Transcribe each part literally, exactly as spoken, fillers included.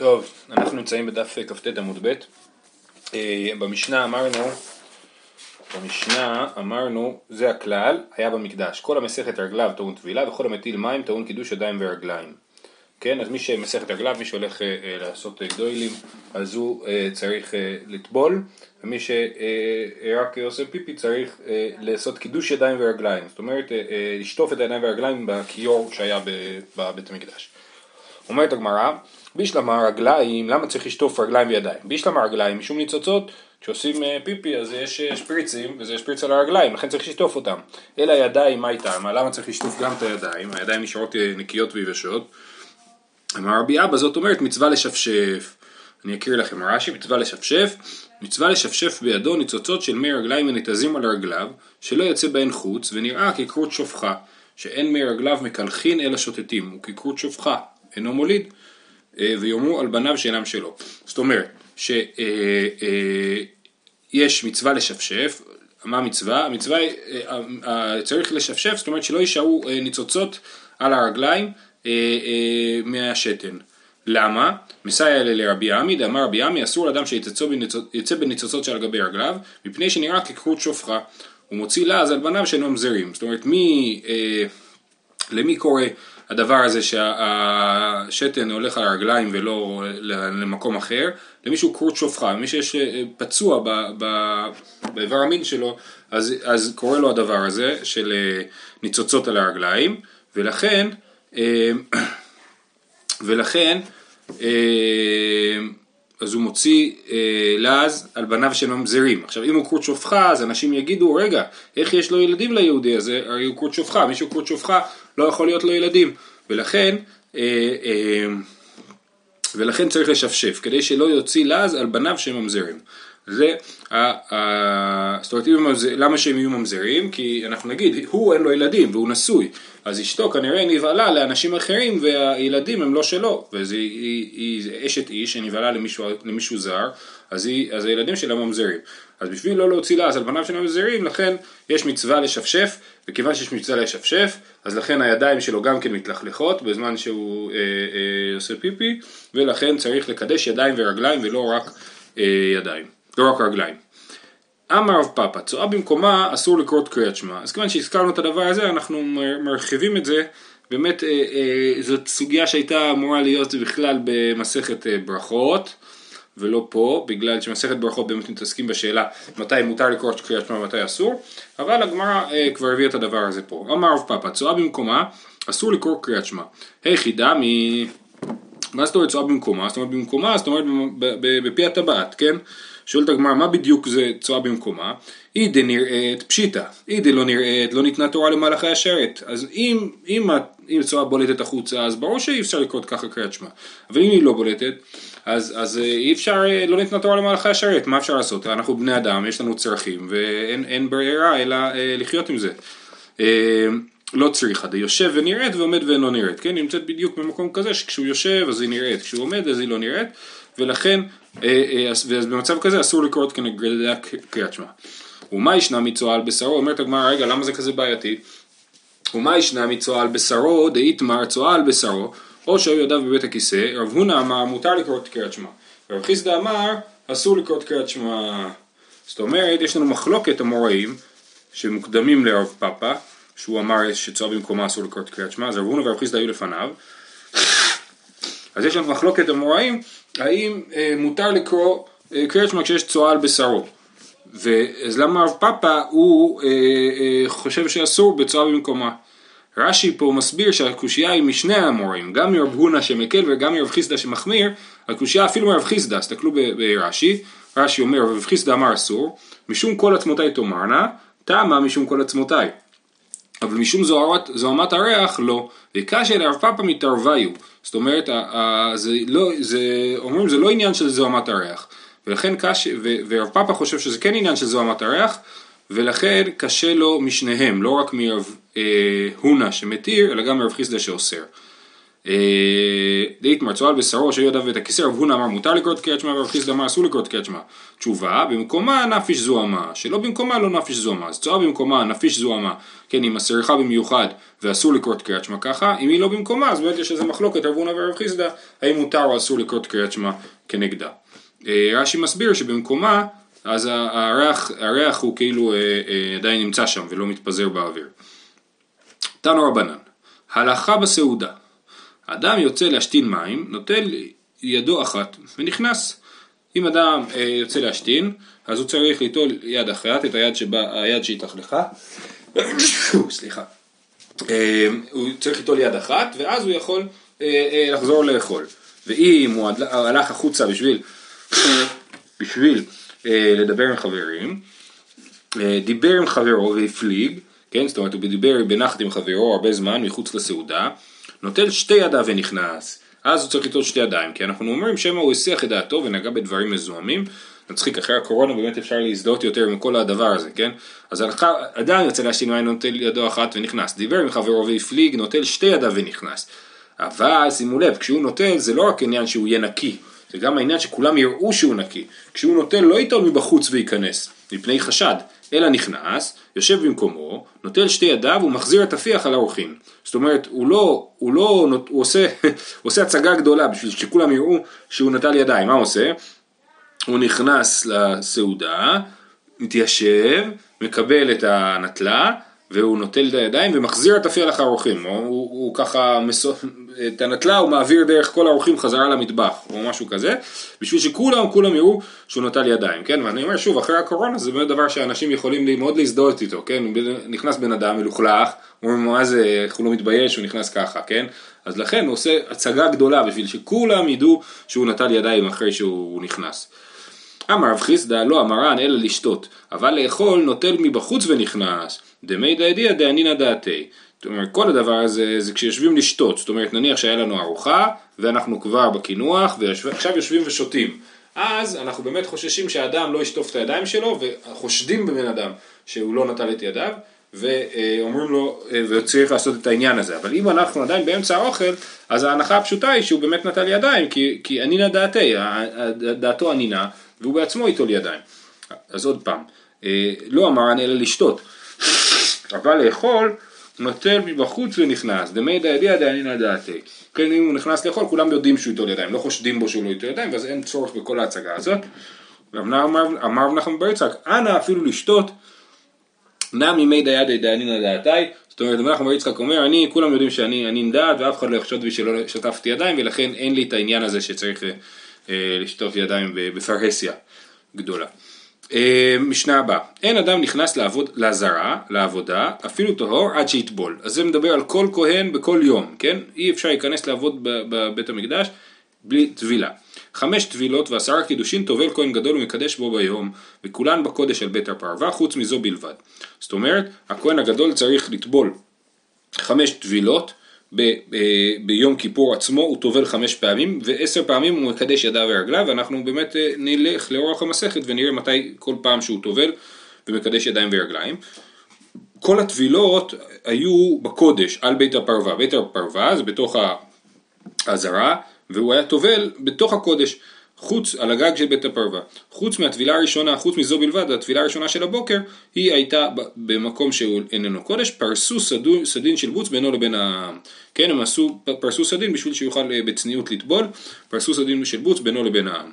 טוב, אנחנו נמצאים בדף כ"ט עמוד ב'. במשנה אמרנו, במשנה אמרנו, זה הכלל, היה במקדש. כל המסכת רגליו טעון טבילה, וכל המטיל מים טעון קידוש ידיים ורגליים. כן, אז מי שמסכת רגליו, מי שהולך אה, לעשות גדוילים, אז הוא אה, צריך אה, לטבול, ומי שרק אה, עושה פיפי צריך אה, לעשות קידוש ידיים ורגליים. זאת אומרת, אה, אה, לשטוף את הידיים והרגליים בכיור שהיה בבית המקדש. אומרת הגמרא, בישלמה רגליים, למה צריך לשטוף רגליים וידיים? בישלמה רגליים, משום ניצוצות, כשעושים פיפי אז יש שפריצים, וזה שפריץ על הרגליים, לכן צריך לשטוף אותם. אלא ידיים, מה איתם? למה צריך לשטוף גם את הידיים? הידיים נשארות נקיות ויבשות. אמר רבי אבא, זאת אומרת מצווה לשפשף. אני אקריא לכם רש"י, מצווה לשפשף. מצווה לשפשף בידו ניצוצות של מי רגליים ונתזים על רגליו, שלא יצא בהן חוץ, ונראה כקרות שופחה, שאין מי רגליו מקלחין אלא שוטטים, הוא כקרות שופחה, אינו מוליד. ויאמרו על בניו שאינם שלו. זאת אומרת שיש מצווה לשפשף. מה המצווה? המצווה צריך לשפשף, זאת אומרת שלא יישארו ניצוצות על הרגליים מהשתן. למה? מסייע אלה לרבי עמי, אמר רבי עמי, אסור לאדם שיצא בניצוצות שעל גבי רגליו, מפני שנראה כקרות שופחה. הוא מוציא לעז על בניו שאינם ממזרים. זאת אומרת, מי, למי קורה הדבר הזה שהשתן הולך על הרגליים ולא למקום אחר? למישהו קרות שופחה, מי שיש פצוע באיבר המין שלו, אז, אז קורה לו הדבר הזה של ניצוצות על הרגליים, ולכן, ולכן, אז הוא מוציא לעז על בניו של ממזרים. עכשיו, אם הוא קרות שופחה, אז אנשים יגידו, רגע, איך יש לו ילדים ליהודי הזה? הרי הוא קרות שופחה, מישהו קרות שופחה לא יכול להיות לו ילדים. ולכן, ולכן צריך לשפשף, כדי שלא יוציא לעז על בניו של ממזרים. זה, זאת אומרת, למה שהם יהיו ממזרים? כי אנחנו נגיד, הוא אין לו ילדים והוא נשוי, אז אשתו כנראה נבעלה לאנשים אחרים והילדים הם לא שלו, וזה היא אשת איש שנבעלה למישהו, למישהו זר, אז, היא, אז הילדים שלה ממזרים. אז בשביל לא להוציא לעז על בניו של ממזרים, לכן יש מצווה לשפשף, וכיוון שיש מצווה לשפשף, אז לכן הידיים שלו גם כן מתלכלכות בזמן שהוא אה, אה, עושה פיפי, ולכן צריך לקדש ידיים ורגליים ולא רק אה, ידיים, לא רק רגליים. אמר רב פאפא, צואה במקומה אסור לקרות קריאת שמע. אז כיוון שהזכרנו את הדבר הזה, אנחנו מרחיבים את זה. באמת אה, אה, זאת סוגיה שהייתה אמורה להיות בכלל במסכת אה, ברכות, ולא פה, בגלל שמסכת ברכות באמת מתעסקים בשאלה מתי מותר לקרות קריאת שמע ומתי אסור, אבל הגמרא אה, כבר הביא את הדבר הזה פה. אמר רב פאפא, צואה במקומה אסור לקרות קריאת שמע. היכי דמי, מה זאת אומרת צואה במקומה? זאת אומרת במקומה, זאת אומרת בפי הטבעת, כן? שואלת הגמרא, מה בדיוק זה צואה במקומה? אידה נראית פשיטה, אידה לא נראית, לא ניתנה תורה למלאכי השרת. אז אם, אם, אם צואה בולטת החוצה, אז ברור שאי אפשר לקרות ככה קריאת שמע. אבל אם היא לא בולטת, אז, אז אי אפשר, לא ניתנה תורה למלאכי השרת. מה אפשר לעשות? אנחנו בני אדם, יש לנו צרכים, ואין אין ברירה אלא אה, לחיות עם זה. אה, לא צריכה, די יושב ונראית ועומד ואינו נראית. כן? היא נמצאת בדיוק במקום כזה, שכשהוא יושב אז היא נראית, כשהוא עומד אז היא לא נראית, ולכן, אז במצב כזה אסור לקרות כנגד קריאת שמע. ומה ישנה מצואה על בשרו? אומרת הגמרא, רגע, למה זה כזה בעייתי? ומה ישנה מצואה על בשרו? דאיתמר צואה על בשרו, או שהיו ידיו בבית הכיסא. רב הונא אמר מותר לקרות קריאת שמע. רב חיסדא אמר אסור לקרות קריאת שמע. זאת אומרת, יש לנו מחלוקת אמוראים שמוקדמים לרב פאפא, שהוא אמר שצואה במקומה אסור לקרות קריאת שמע, אז רב הונא ורב חיסדא היו לפניו. אז יש לנו מחלוקת אמוראים, האם אה, מותר לקרוא אה, קריאת שמע כשיש צואה על בשרו. ואז למה רב פאפא הוא אה, אה, חושב שאסור בצואה במקומה. רש"י פה מסביר שהקושייה היא משני האמוראים, גם מרב הונא שמקל וגם מרב חיסדא שמחמיר. הקושייה אפילו מרב חיסדא, תסתכלו ברש"י, רש"י אומר רב חיסדא אמר אסור, משום כל עצמותיי תאמרנה, טעמה משום כל עצמותיי. אבל משום זוהמת, זוהמת הריח לא, וקשה לרב פאפא מתערוויו. זאת אומרת, זה לא, זה, אומרים, זה לא עניין של זוהמת הריח, ולכן קשה, ורב פאפא חושב שזה כן עניין של זוהמת הריח, ולכן קשה לו משניהם, לא רק מרב אה, הונא שמתיר, אלא גם מרב חיסדא שאוסר. דאית מרצוע על בשרו שיודע ואת הכיסר, רב הונא אמר מותר לקרוא את קריאת שמע ורב חיסדא אמר אסור לקרוא את קריאת שמע. תשובה, במקומה נפיש זוהמה, שלא במקומה לא נפיש זוהמה, אז צועה במקומה נפיש זוהמה, כן, אם מסריחה במיוחד ואסור לקרוא את קריאת שמע ככה, אם היא לא במקומה אז באמת יש איזה מחלוקת רב הונא ורב חיסדא, האם מותר או אסור לקרוא את קריאת שמע כנגדה. רש"י מסביר שבמקומה אז הריח, הריח הוא כאילו עדיין נמצא שם ולא מתפזר באוויר. תנו רבנן, הלכה בסעודה, אדם יוצא להשתין מים, נוטל ידו אחת ונכנס. אם אדם אה, יוצא להשתין, אז הוא צריך ליטול יד אחת, את היד שבה, היד שהתחלכה, סליחה, אה, הוא צריך ליטול יד אחת, ואז הוא יכול אה, אה, לחזור לאכול. ואם הוא הלך החוצה בשביל, בשביל אה, לדבר עם חברים, אה, דיבר עם חברו והפליג, כן, זאת אומרת הוא דיבר בנחת עם חברו הרבה זמן מחוץ לסעודה, נוטל שתי ידיו ונכנס, אז הוא צריך ליטול שתי ידיים, כי אנחנו אומרים שמה הוא הסיח את דעתו ונגע בדברים מזוהמים, נצחיק, אחרי הקורונה באמת אפשר להזדהות יותר עם כל הדבר הזה, כן? אז אדם יוצא להשתין מים, נוטל ידו אחת ונכנס, דיבר עם חברו והפליג, נוטל שתי ידיו ונכנס, אבל שימו לב, כשהוא נוטל זה לא רק עניין שהוא יהיה נקי, זה גם העניין שכולם יראו שהוא נקי, כשהוא נוטל לא ייטול מבחוץ וייכנס, מפני חשד, אלא נכנס, יושב במקומו, נוטל שתי ידיו ומחזיר את הפיח על האורחים. זאת אומרת, הוא לא, הוא לא, הוא עושה, הוא עושה הצגה גדולה בשביל שכולם יראו שהוא נטל ידיים. מה הוא עושה? הוא נכנס לסעודה, מתיישב, מקבל את הנטלה, והוא נוטל את הידיים ומחזיר את הפיח לאורחים. הוא, הוא, הוא ככה, את הנטלה הוא מעביר דרך כל האורחים חזרה למטבח, או משהו כזה, בשביל שכולם, כולם יראו שהוא נוטל ידיים, כן? ואני אומר שוב, אחרי הקורונה זה באמת דבר שאנשים יכולים מאוד להזדהות איתו, כן? נכנס בן אדם מלוכלך, הוא אומר, מה זה, איך הוא לא מתבייש, הוא נכנס ככה, כן? אז לכן הוא עושה הצגה גדולה, בשביל שכולם ידעו שהוא נטל ידיים אחרי שהוא נכנס. אמר רב חיסדא לא אמרן אלא לשתות, אבל לאכול נוטל מבחוץ ונכנס, דמי דאידיא דאנינא דעתי. זאת אומרת, כל הדבר הזה זה כשיושבים לשתות, זאת אומרת, נניח שהיה לנו ארוחה, ואנחנו כבר בקינוח, ועכשיו יושבים ושותים. אז אנחנו באמת חוששים שהאדם לא ישטוף את הידיים שלו, וחושדים בבן אדם שהוא לא נטל את ידיו, ואומרים לו, וצריך לעשות את העניין הזה. אבל אם אנחנו עדיין באמצע האוכל, אז ההנחה הפשוטה היא שהוא באמת נטל ידיים, כי, כי אנינא דעתי, דעתו אנינה, והוא בעצמו ייטול ידיים. אז עוד פעם, לא אמרן אלא לשתות, אבל לאכול, נוטל מבחוץ ונכנס, דמי דאידיא דאנינא דעתי. כן, אם הוא נכנס לאכול, כולם יודעים שהוא ייטול ידיים, לא חושדים בו שהוא לא ייטול ידיים, ואז אין צורך בכל ההצגה הזאת. אמר רב נחמן בר יצחק, אנא אפילו לשתות, נא ממי דאידיא דאנינא דעתי. זאת אומרת, רב נחמן בר יצחק אומר, אני, כולם יודעים שאני אני נדעת, ואף אחד לא יחשוד בי שלא שטפתי ידיים, ולכן אין לי את העניין הזה שצריך אה, לשטוף ידיים בפרהסיה גדולה. משנה הבאה, אין אדם נכנס לעבוד, לעזרה, לעבודה, אפילו טהור עד שיטבול. אז זה מדבר על כל כהן בכל יום, כן? אי אפשר להיכנס לעבוד בבית המקדש בלי טבילה. חמש טבילות ועשרה קידושין טובל כהן גדול ומקדש בו ביום, וכולן בקודש על בית הפרווה, חוץ מזו בלבד. זאת אומרת, הכהן הגדול צריך לטבול חמש טבילות, ב- ב- ביום כיפור עצמו הוא טובל חמש פעמים, ועשר פעמים הוא מקדש ידיו ורגליו, ואנחנו באמת נלך לאורך המסכת ונראה מתי כל פעם שהוא טובל ומקדש ידיים ורגליים. כל הטבילות היו בקודש על בית הפרווה, בית הפרווה זה בתוך העזרה, והוא היה טובל בתוך הקודש, חוץ על הגג של בית הפרווה. חוץ מהטבילה הראשונה, חוץ מזו בלבד, הטבילה הראשונה של הבוקר, היא הייתה במקום שהוא איננו קודש, פרסו סדין, סדין של בוץ בינו לבין העם. כן, הם עשו, פרסו סדין בשביל שיוכל בצניעות לטבול, פרסו סדין של בוץ בינו לבין העם.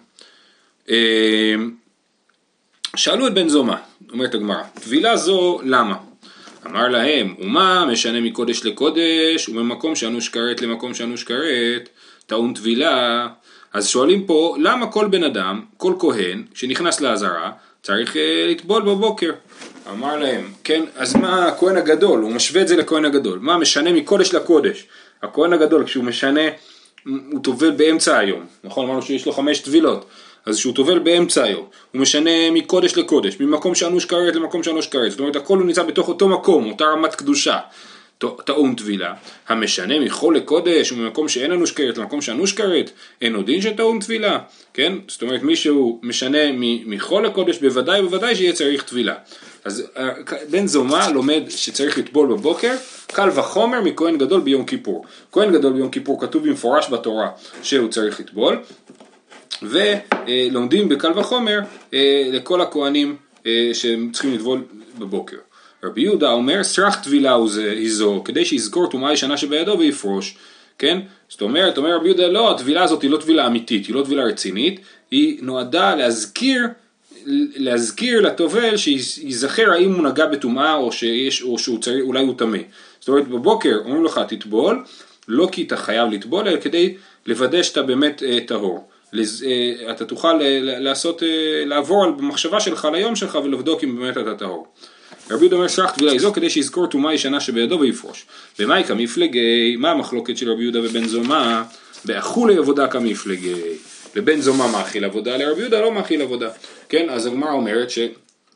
שאלו את בן זומא, אומרת הגמרא, טבילה זו למה? אמר להם, ומה משנה מקודש לקודש, וממקום שאנוש כרת למקום שאנוש כרת, טעון טבילה. אז שואלים פה, למה כל בן אדם, כל כהן, שנכנס לעזרה, צריך uh, לטבול בבוקר? אמר להם, כן, אז מה הכהן הגדול? הוא משווה את זה לכהן הגדול. מה משנה מקודש לקודש? הכהן הגדול, כשהוא משנה, הוא טובל באמצע היום. נכון, אמרנו שיש לו חמש טבילות. אז שהוא טובל באמצע היום. הוא משנה מקודש לקודש, ממקום שאנוש כרת למקום שאנוש כרת. זאת אומרת, הכל הוא נמצא בתוך אותו מקום, אותה רמת קדושה. טעון טבילה, המשנה מחול לקודש וממקום שאין אנוש כרת למקום שאנוש כרת, אין עוד דין שטעון טבילה, כן? זאת אומרת מישהו משנה מחול לקודש בוודאי בוודאי שיהיה צריך טבילה. אז בן זומא לומד שצריך לטבול בבוקר, קל וחומר מכהן גדול ביום כיפור. כהן גדול ביום כיפור כתוב במפורש בתורה שהוא צריך לטבול, ולומדים בקל וחומר לכל הכהנים שהם צריכים לטבול בבוקר. רבי יהודה אומר, סרח טבילה היא זו, כדי שיזכור טומאה ישנה שבידו ויפרוש, כן? זאת אומרת, אומר רבי יהודה, לא, הטבילה הזאת היא לא טבילה אמיתית, היא לא טבילה רצינית, היא נועדה להזכיר, להזכיר לטובל שיזכר האם הוא נגע בטומאה או שיש, או שהוא צריך, אולי הוא טמא. זאת אומרת, בבוקר אומרים לך, תטבול, לא כי אתה חייב לטבול, אלא כדי לוודא שאתה באמת טהור. אתה תוכל לעשות, לעבור על המחשבה שלך ליום שלך ולבדוק אם באמת אתה טהור. רבי יהודה אומר סרח טבילה היא זו כדי שיזכור טומאה ישנה שבידו ויפרוש. במאי כמפלגי, מה המחלוקת של רבי יהודה ובן זומא? באכולי עבודה כמפלגי. לבן זומא מאכיל עבודה, לרבי יהודה לא מאכיל עבודה. כן, אז הגמרא אומרת שבין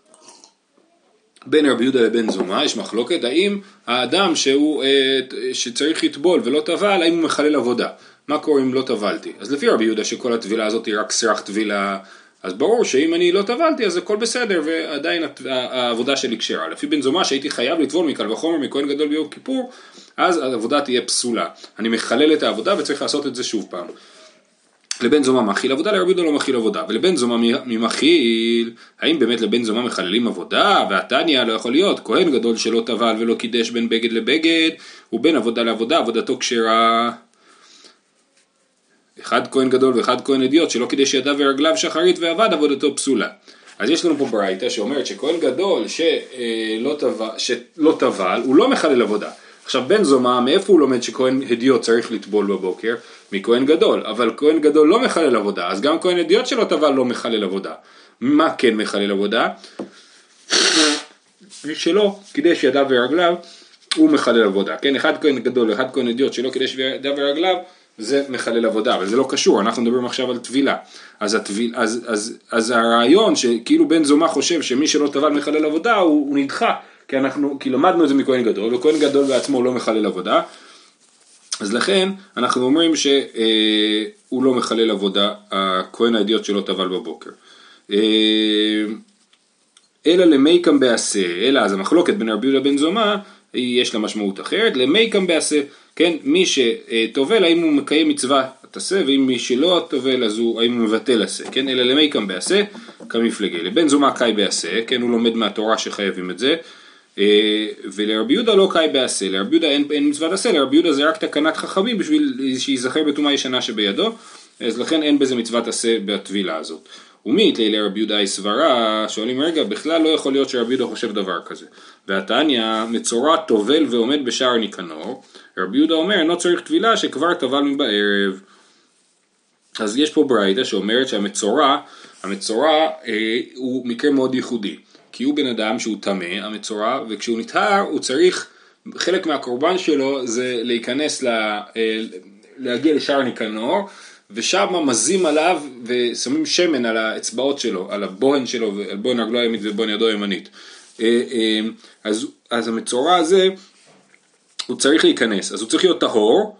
רבי יהודה לבן זומא יש מחלוקת, האם האדם שהוא, שצריך לטבול ולא טבל, האם הוא מחלל עבודה? מה קורה אם לא טבלתי? אז לפי רבי יהודה שכל הטבילה הזאת היא רק סרח טבילה, אז ברור שאם אני לא טבלתי אז הכל בסדר ועדיין העבודה שלי כשרה. לפי בן זומא שהייתי חייב לטבול מקל וחומר מכהן גדול ביום כיפור, אז העבודה תהיה פסולה. אני מחלל את העבודה וצריך לעשות את זה שוב פעם. לבן זומא מאכיל עבודה, לרבי יהודה לא מאכיל עבודה. ולבן זומא מי מאכיל? האם באמת לבן זומא מחללים עבודה? והתניא לא יכול להיות כהן גדול שלא טבל ולא קידש בין בגד לבגד, ובין עבודה לעבודה עבודתו כשרה. אחד כהן גדול ואחד כהן אדיוט שלא קידש ידיו ורגליו שחרית ועבד עבודתו פסולה. אז יש לנו פה ברייתא שאומרת שכהן גדול שלא טבל, שלא טבל הוא לא מחלל עבודה. עכשיו בן זומא מאיפה הוא לומד שכהן אדיוט צריך לטבול בבוקר? מכהן גדול, אבל כהן גדול לא מחלל עבודה, אז גם כהן אדיוט שלא טבל לא מחלל עבודה. מה כן מחלל עבודה? שלא קידש ידיו ורגליו הוא מחלל עבודה. כן, אחד כהן גדול ואחד כהן אדיוט שלא קידש ידיו ורגליו זה מחלל עבודה, אבל זה לא קשור, אנחנו מדברים עכשיו על טבילה. אז, הטביל, אז, אז, אז הרעיון שכאילו בן זומא חושב שמי שלא טבל מחלל עבודה הוא, הוא נדחה, כי, אנחנו, כי למדנו את זה מכהן גדול, וכהן גדול בעצמו לא מחלל עבודה, אז לכן אנחנו אומרים שהוא לא מחלל עבודה, הכהן האדיוט שלא טבל בבוקר. אלא למייקם בעשה, אלא אז המחלוקת בין רבי יהודה בן זומא, יש לה משמעות אחרת, למייקם בעשה, כן, מי שטובל האם הוא מקיים מצווה תעשה, ואם מי שלא טובל אז הוא, האם הוא מבטל עשה, כן, אלא למייקם בעשה, כמפלגי. לבן זומא קאי בעשה, כן, הוא לומד מהתורה שחייבים את זה, ולרבי יהודה לא קאי בעשה, לרבי יהודה אין, אין מצוות עשה, לרבי יהודה זה רק תקנת חכמים בשביל שיזכר בטומאה ישנה שבידו, אז לכן אין בזה מצוות עשה בטבילה הזאת. ומית לילה רבי יהודה סברה, שואלים רגע, בכלל לא יכול להיות שרבי יהודה חושב דבר כזה. והתניא מצורע טובל ועומד בשער ניקנור, רבי יהודה אומר, אינו צריך טבילה שכבר טבל מבערב. אז יש פה ברייתא שאומרת שהמצורע, המצורע אה, הוא מקרה מאוד ייחודי, כי הוא בן אדם שהוא טמא, המצורע, וכשהוא נטהר הוא צריך, חלק מהקורבן שלו זה להיכנס, לה, אה, להגיע לשער ניקנור, ושם מזים עליו ושמים שמן על האצבעות שלו, על הבוהן שלו, על בוהן רגלו הימית ובוהן ידו הימנית. אז, אז המצורע הזה, הוא צריך להיכנס, אז הוא צריך להיות טהור,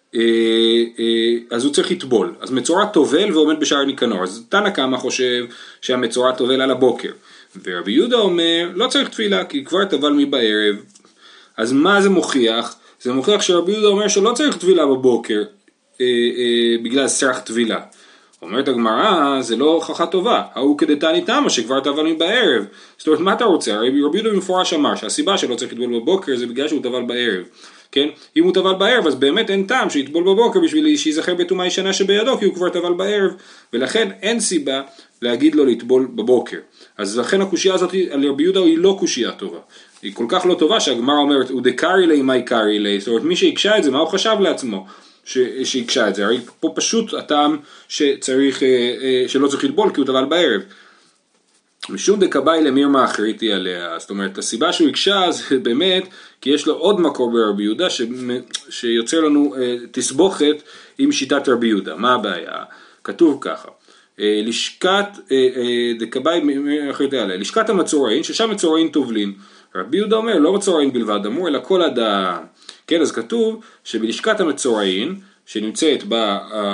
אז הוא צריך לטבול. אז מצורע טובל ועומד בשער ניקנור. אז תנא קמא חושב שהמצורע טובל על הבוקר. ורבי יהודה אומר, לא צריך תפילה, כי כבר טבל מבערב. אז מה זה מוכיח? זה מוכיח שרבי יהודה אומר שלא צריך תפילה בבוקר, בגלל סרח טבילה. אומרת הגמרא, זה לא הוכחה טובה, ההוא כדתני תמה שכבר טבל מבערב. זאת אומרת, מה אתה רוצה? רבי יהודה במפורש אמר שהסיבה שלא צריך לטבול בבוקר זה בגלל שהוא טבל בערב. כן? אם הוא טבל בערב אז באמת אין טעם שיטבול בבוקר בשביל שיזכר בטומאה ישנה שבידו, כי הוא כבר טבל בערב, ולכן אין סיבה להגיד לו לטבול בבוקר. אז לכן הקושיה הזאת על רבי יהודה היא לא קושיה טובה. היא כל כך לא טובה שהגמרא אומרת, הוא דקרי לי, מה יקרי לי? זאת אומרת, מי שיקשה את זה, מה הוא חשב לעצמו? שיקשה את זה, הרי פה פשוט הטעם שצריך, שלא צריך לטבול כי הוא טבל בערב. משום דקבאי למירמה אחריתי עליה, זאת אומרת הסיבה שהוא יקשה זה באמת כי יש לו עוד מקור ברבי יהודה ש... שיוצר לנו תסבוכת עם שיטת רבי יהודה. מה הבעיה? כתוב ככה, לשכת דקבאי אחרת האלה, לשכת המצורעים, ששם מצורעים טובלין. רבי יהודה אומר, לא מצורעים בלבד, אמור אלא כל אדם. כן, אז כתוב שבלשכת המצורעים, שנמצאת בה,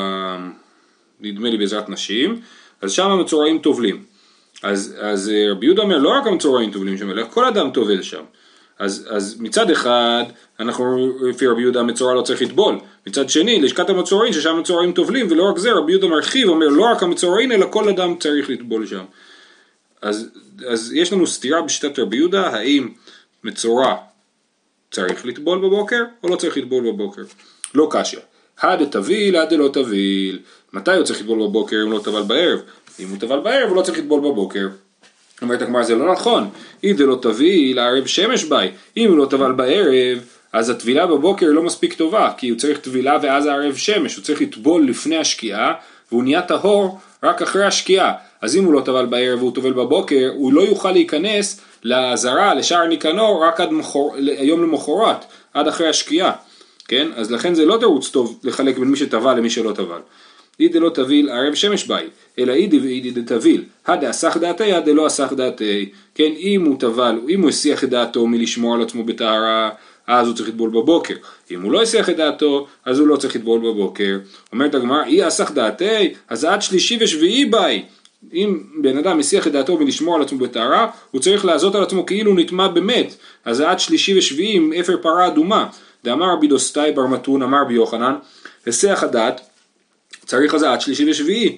נדמה לי בעזרת נשים, אז שם המצורעים טובלים. אז, אז רבי יהודה אומר, לא רק המצורעים טובלים שם, אלא כל אדם טובל שם. אז, אז מצד אחד, אנחנו, לפי רבי יהודה, המצורע לא צריך לטבול. מצד שני, לשכת המצורעים, ששם המצורעים טובלים, ולא רק זה, רבי יהודה מרחיב, אומר, לא רק המצורעים, אלא כל אדם צריך לטבול שם. אז, אז יש לנו סתירה בשיטת רבי יהודה, האם מצורע צריך לטבול בבוקר, או לא צריך לטבול בבוקר? לא קשיא. הד תביל, הד לא תביל. מתי הוא צריך לטבול בבוקר אם לא טבל בערב? אם הוא טבל בערב, הוא לא צריך לטבול בבוקר. אומרת הגמרא, זה לא נכון. אם זה לא תביל, הערב שמש ביי. אם הוא לא טבל בערב, אז הטבילה בבוקר לא מספיק טובה, כי הוא צריך טבילה ואז הערב שמש. הוא צריך לטבול לפני השקיעה, והוא נהיה טהור רק אחרי השקיעה. אז אם הוא לא טבל בערב והוא טובל בבוקר, הוא לא יוכל להיכנס לעזרה, לשער ניקנור, רק עד מחור, היום למחרת, עד אחרי השקיעה. כן? אז לכן זה לא תירוץ טוב לחלק בין מי שטבל למי שלא טבל. אידי לא תביל ערב שמש ביי, אלא אידי ואידי דתביל, הדה אסך דעתי, הדה לא אסך דעתי. כן, אם הוא טבל, אם הוא הסיח את דעתו מלשמור על עצמו בטהרה, אז הוא צריך לטבול בבוקר. אם הוא לא הסיח את דעתו, אז הוא לא צריך לטבול בבוקר. אומרת הגמרא, אי אסך דעתי, אז עד שלישי ושביעי ביי. אם בן אדם מסיח את דעתו מלשמור על עצמו בטהרה, הוא צריך לעזות על עצמו כאילו הוא נטמע באמת. אז עד שלישי ושביעי עם אפר פרה אדומה. דאמר רבי דוסטאי בר מתון, אמר רבי יוחנן, הסיח הדעת, צריך אז עד שלישי ושביעי.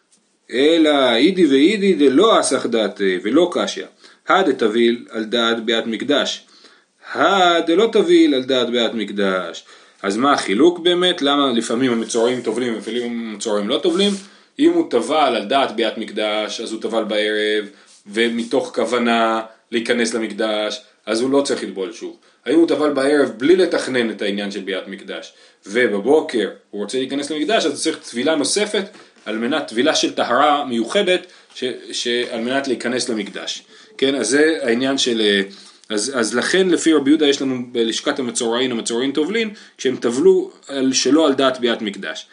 אלא אידי ואידי דלא אסך דעתי ולא קשיא. הד תביל על דעת בית מקדש. הד לא תביל על דעת בית מקדש. אז מה החילוק באמת? למה לפעמים המצורעים טובלים ולפעמים המצורעים לא טובלים? אם הוא טבל על דעת בית מקדש, אז הוא טבל בערב, ומתוך כוונה להיכנס למקדש, אז הוא לא צריך לטבול שוב. האם הוא טבל בערב בלי לתכנן את העניין של בית מקדש, ובבוקר הוא רוצה להיכנס למקדש, אז צריך טבילה נוספת, על מנת טבילה של טהרה מיוחדת, ש, ש, על מנת להיכנס למקדש. כן, אז זה העניין של... אז, אז לכן לפי רבי יהודה יש לנו בלשכת המצורעים, המצורעים טובלין, כשהם טבלו על, שלא על דעת בית מקדש.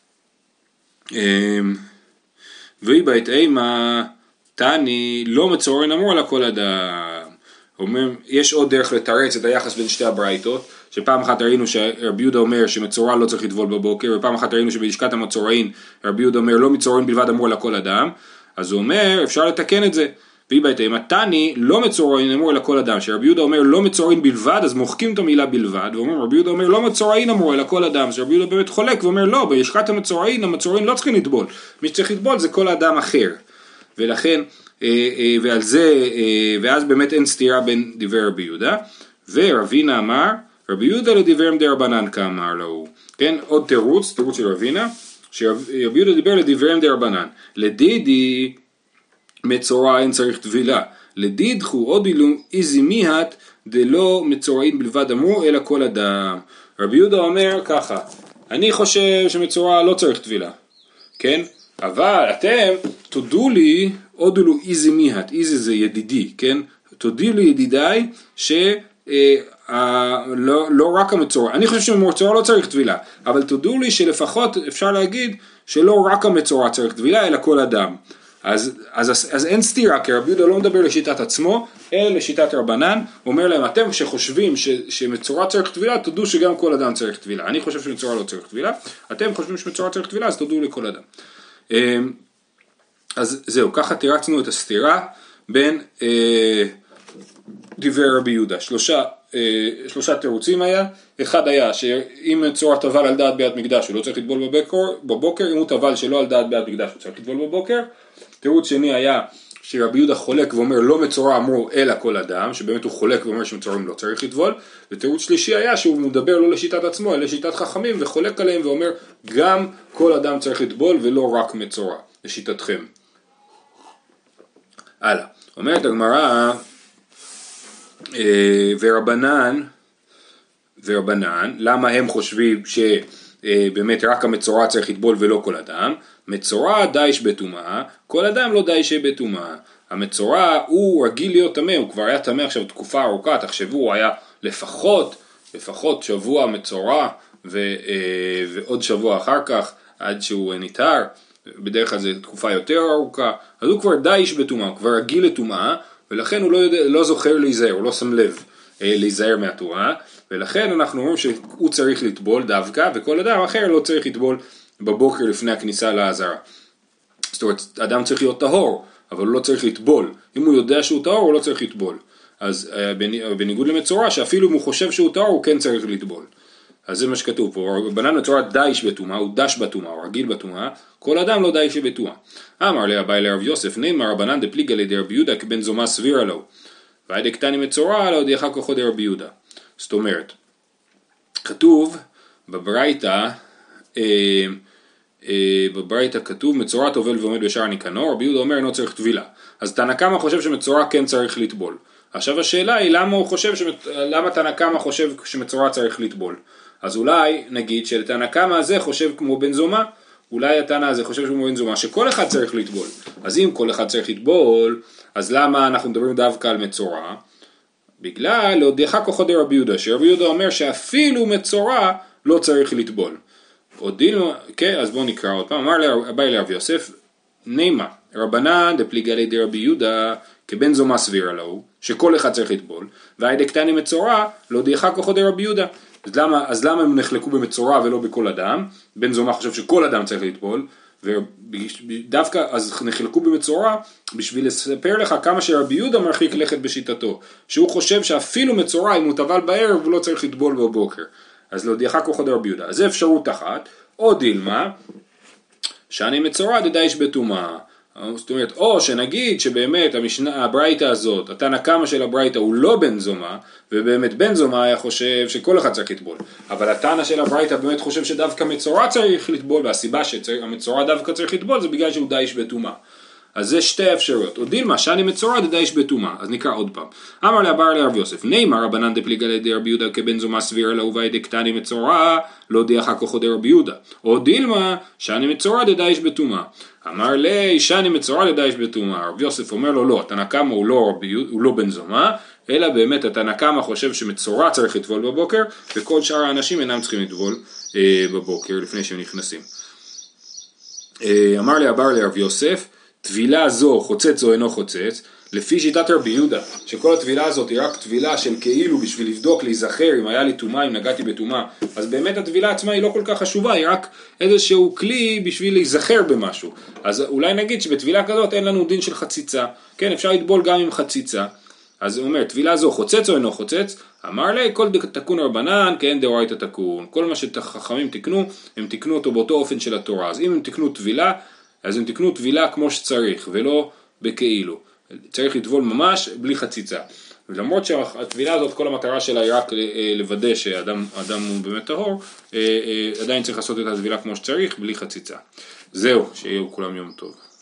ואי בית אימה תני לא מצורין אמור על הכל אדם. אומר, יש עוד דרך לתרץ את היחס בין שתי הברייתות, שפעם אחת ראינו שרבי יהודה אומר שמצורע לא צריך לטבול בבוקר, ופעם אחת ראינו שבלשכת המצורעים רבי יהודה אומר לא מצורין בלבד אמור על הכל אדם. אז הוא אומר אפשר לתקן את זה. ואי בית אימה תני לא מצורין אמור על הכל אדם, שרבי יהודה אומר לא מצורין בלבד, אז מוחקים את המילה בלבד, ואומר רבי יהודה אומר לא מצורין אמור על הכל אדם, אז רבי יהודה באמת חולק ואומר לא, בלשכת המצורין המצורין לא צריכים לטבול, מי שצריך לטבול זה כל אדם אחר. ולכן ועל זה, ואז באמת אין סתירה בין דברי רבי יהודה. ורבינה אמר רבי יהודה לדברם דרבנן כאמר לו. כן, עוד תירוץ, תירוץ של רבינה, שרבי יהודה דיבר לדברם דרבנן. לדידי מצורע אין צריך טבילה, לדידחו עוד אילום איזי מיהת דלא מצורעים בלבד אמרו אלא כל אדם. רבי יהודה אומר ככה, אני חושב שמצורע לא צריך טבילה, כן? אבל אתם תודו לי עוד אילו איזי מיהת, איזי זה ידידי, כן? תודיעו לי ידידיי ש... אה, לא, לא רק המצורע, אני חושב שמצורע לא צריך טבילה, אבל תודו לי שלפחות אפשר להגיד שלא רק המצורע צריך טבילה אלא כל אדם. אז, אז, אז אין סתירה, כי רבי יהודה לא מדבר לשיטת עצמו, אלא לשיטת רבנן. הוא אומר להם, אתם שחושבים ש, שמצורע צריך טבילה, תדעו שגם כל אדם צריך טבילה. אני חושב שמצורע לא צריך טבילה, אתם חושבים שמצורע צריך טבילה, אז תדעו לכל אדם. אז זהו, ככה תירצנו את הסתירה בין אה, דברי רבי יהודה. שלושה, אה, שלושה תירוצים היה. אחד היה שאם מצורע טבל על דעת בית מקדש, הוא לא צריך לטבול בבוקר, בבוקר. אם הוא טבל שלא על דעת בית מקדש, הוא צריך לטבול בבוקר. תירוץ שני היה שרבי יהודה חולק ואומר לא מצורע אמרו אלא כל אדם, שבאמת הוא חולק ואומר שמצורעים לא צריך לטבול. ותירוץ שלישי היה שהוא מדבר לא לשיטת עצמו אלא לשיטת חכמים וחולק עליהם ואומר גם כל אדם צריך לטבול ולא רק מצורע, לשיטתכם. הלאה, אומרת הגמרא ורבנן ורבנן למה הם חושבים שבאמת רק המצורע צריך לטבול ולא כל אדם? מצורע דייש בטומאה, כל אדם לא דייש בטומאה. המצורע הוא רגיל להיות טמא, הוא כבר היה טמא עכשיו תקופה ארוכה, תחשבו, הוא היה לפחות, לפחות שבוע מצורע ו, ועוד שבוע אחר כך עד שהוא ניתר, בדרך כלל זו תקופה יותר ארוכה, אז הוא כבר די איש בטומאה, הוא כבר רגיל לטומאה, ולכן הוא לא, יודע, לא זוכר להיזהר, הוא לא שם לב להיזהר מהטומאה, ולכן אנחנו אומרים שהוא צריך לטבול דווקא, וכל אדם אחר לא צריך לטבול בבוקר לפני הכניסה לעזרה. זאת אומרת, אדם צריך להיות טהור, אבל הוא לא צריך לטבול. אם הוא יודע שהוא טהור, הוא לא צריך לטבול. אז בניגוד למצורע, שאפילו אם הוא חושב שהוא טהור, הוא כן צריך לטבול. אז זה מה שכתוב פה, בנן מצורע דייש בטומאה, הוא דש בטומאה, הוא רגיל בטומאה, כל אדם לא דייש בטומאה. אמר לי אביי לרב יוסף, נאמר רבנן דפליגה לידי רבי יהודה כבן זומא סבירה לו, והיידה קטני מצורע לא הודיעך כוחו דרבי יהודה. זאת אומרת, כתוב בברייתא, אה, אה, בברייתא כתוב מצורע טובל ועומד בשער ניקנור, רבי יהודה אומר אינו צריך טבילה. אז תנא קמא חושב שמצורע כן צריך לטבול. עכשיו השאלה היא למה הוא חושב, שמת... למה תנא קמא חושב שמצורע צריך לטבול. אז אולי נגיד שלתנא קמא הזה חושב כמו בן זומא, אולי התנא הזה חושב כמו בן זומא, שכל אחד צריך לטבול. אז אם כל אחד צריך לטבול, אז למה אנחנו מדברים דווקא על מצורע? בגלל להודיעך כוחו דרבי יהודה, שרבי יהודה אומר שאפילו מצורע לא צריך לטבול. הודיענו, כן, אז בואו נקרא עוד פעם, אמר אביי לרב יוסף, נאמר, רבנן דפליגה לידי רבי יהודה כבן זומא סבירה לו, שכל אחד צריך לטבול, והיידה קטני מצורע להודיעך כוחו דרבי יהודה. אז למה, אז למה הם נחלקו במצורע ולא בכל אדם? בן זומא חושב שכל אדם צריך לטבול, ודווקא אז נחלקו במצורע בשביל לספר לך כמה שרבי יהודה מרחיק לכת בשיטתו, שהוא חושב שאפילו מצורע אם הוא טבל בערב הוא לא צריך לטבול בבוקר. אז להודיעך כוחו דרבי יהודה. אז זה אפשרות אחת, או דילמה, שאני מצורע דדייש בטומאה. זאת אומרת, או שנגיד שבאמת המשנה, הברייתא הזאת, התנא קמא של הברייתא הוא לא בן זומא, ובאמת בן זומא היה חושב שכל אחד צריך לטבול. אבל התנא של הברייתא באמת חושב שדווקא מצורע צריך לטבול, והסיבה שהמצורע דווקא צריך לטבול זה בגלל שהוא דייש בטומאה. אז זה שתי אפשרויות. או דילמה, שאני מצורע דדייש בטומאה. אז נקרא עוד פעם. אמר לאבר לרב יוסף, נאמר רבנן דפליגה לידי רבי יהודה כבן זומא סבירה לו והיידה קטני מצורע לא הודיעך כוחו דרבי יהודה. או דילמה, שאני מצורע דדייש בטומאה. אמר לי, שאני מצורע דדייש בטומאה. רב יוסף אומר לו, לא, התנא קמא הוא לא, הוא לא בן זומא, אלא באמת התנא קמא חושב שמצורע צריך לטבול בבוקר, וכל שאר האנשים אינם צריכים לטבול אה, בבוקר לפני שהם נכנסים. אה, אמר לי אבר לרב יוסף, טבילה זו חוצץ או אינו חוצץ, לפי שיטת רבי יהודה, שכל הטבילה הזאת היא רק טבילה של כאילו בשביל לבדוק, להיזכר אם היה לי טומאה, אם נגעתי בטומאה, אז באמת הטבילה עצמה היא לא כל כך חשובה, היא רק איזשהו כלי בשביל להיזכר במשהו. אז אולי נגיד שבטבילה כזאת אין לנו דין של חציצה, כן, אפשר לטבול גם עם חציצה. אז הוא אומר, טבילה זו חוצץ או אינו חוצץ? אמר לי, כל תקון רבנן, כן דאורייתא תקון. כל מה שחכמים תקנו, הם תקנו אותו באותו אופן של התורה. אז אם הם תקנו טבילה, אז הם תקנו טבילה כמו שצריך, ולא בכאילו. צריך לטבול ממש בלי חציצה. ולמרות שהטבילה הזאת, כל המטרה שלה היא רק לוודא שאדם אדם הוא באמת טהור, עדיין צריך לעשות את הטבילה כמו שצריך, בלי חציצה. זהו, שיהיו כולם יום טוב.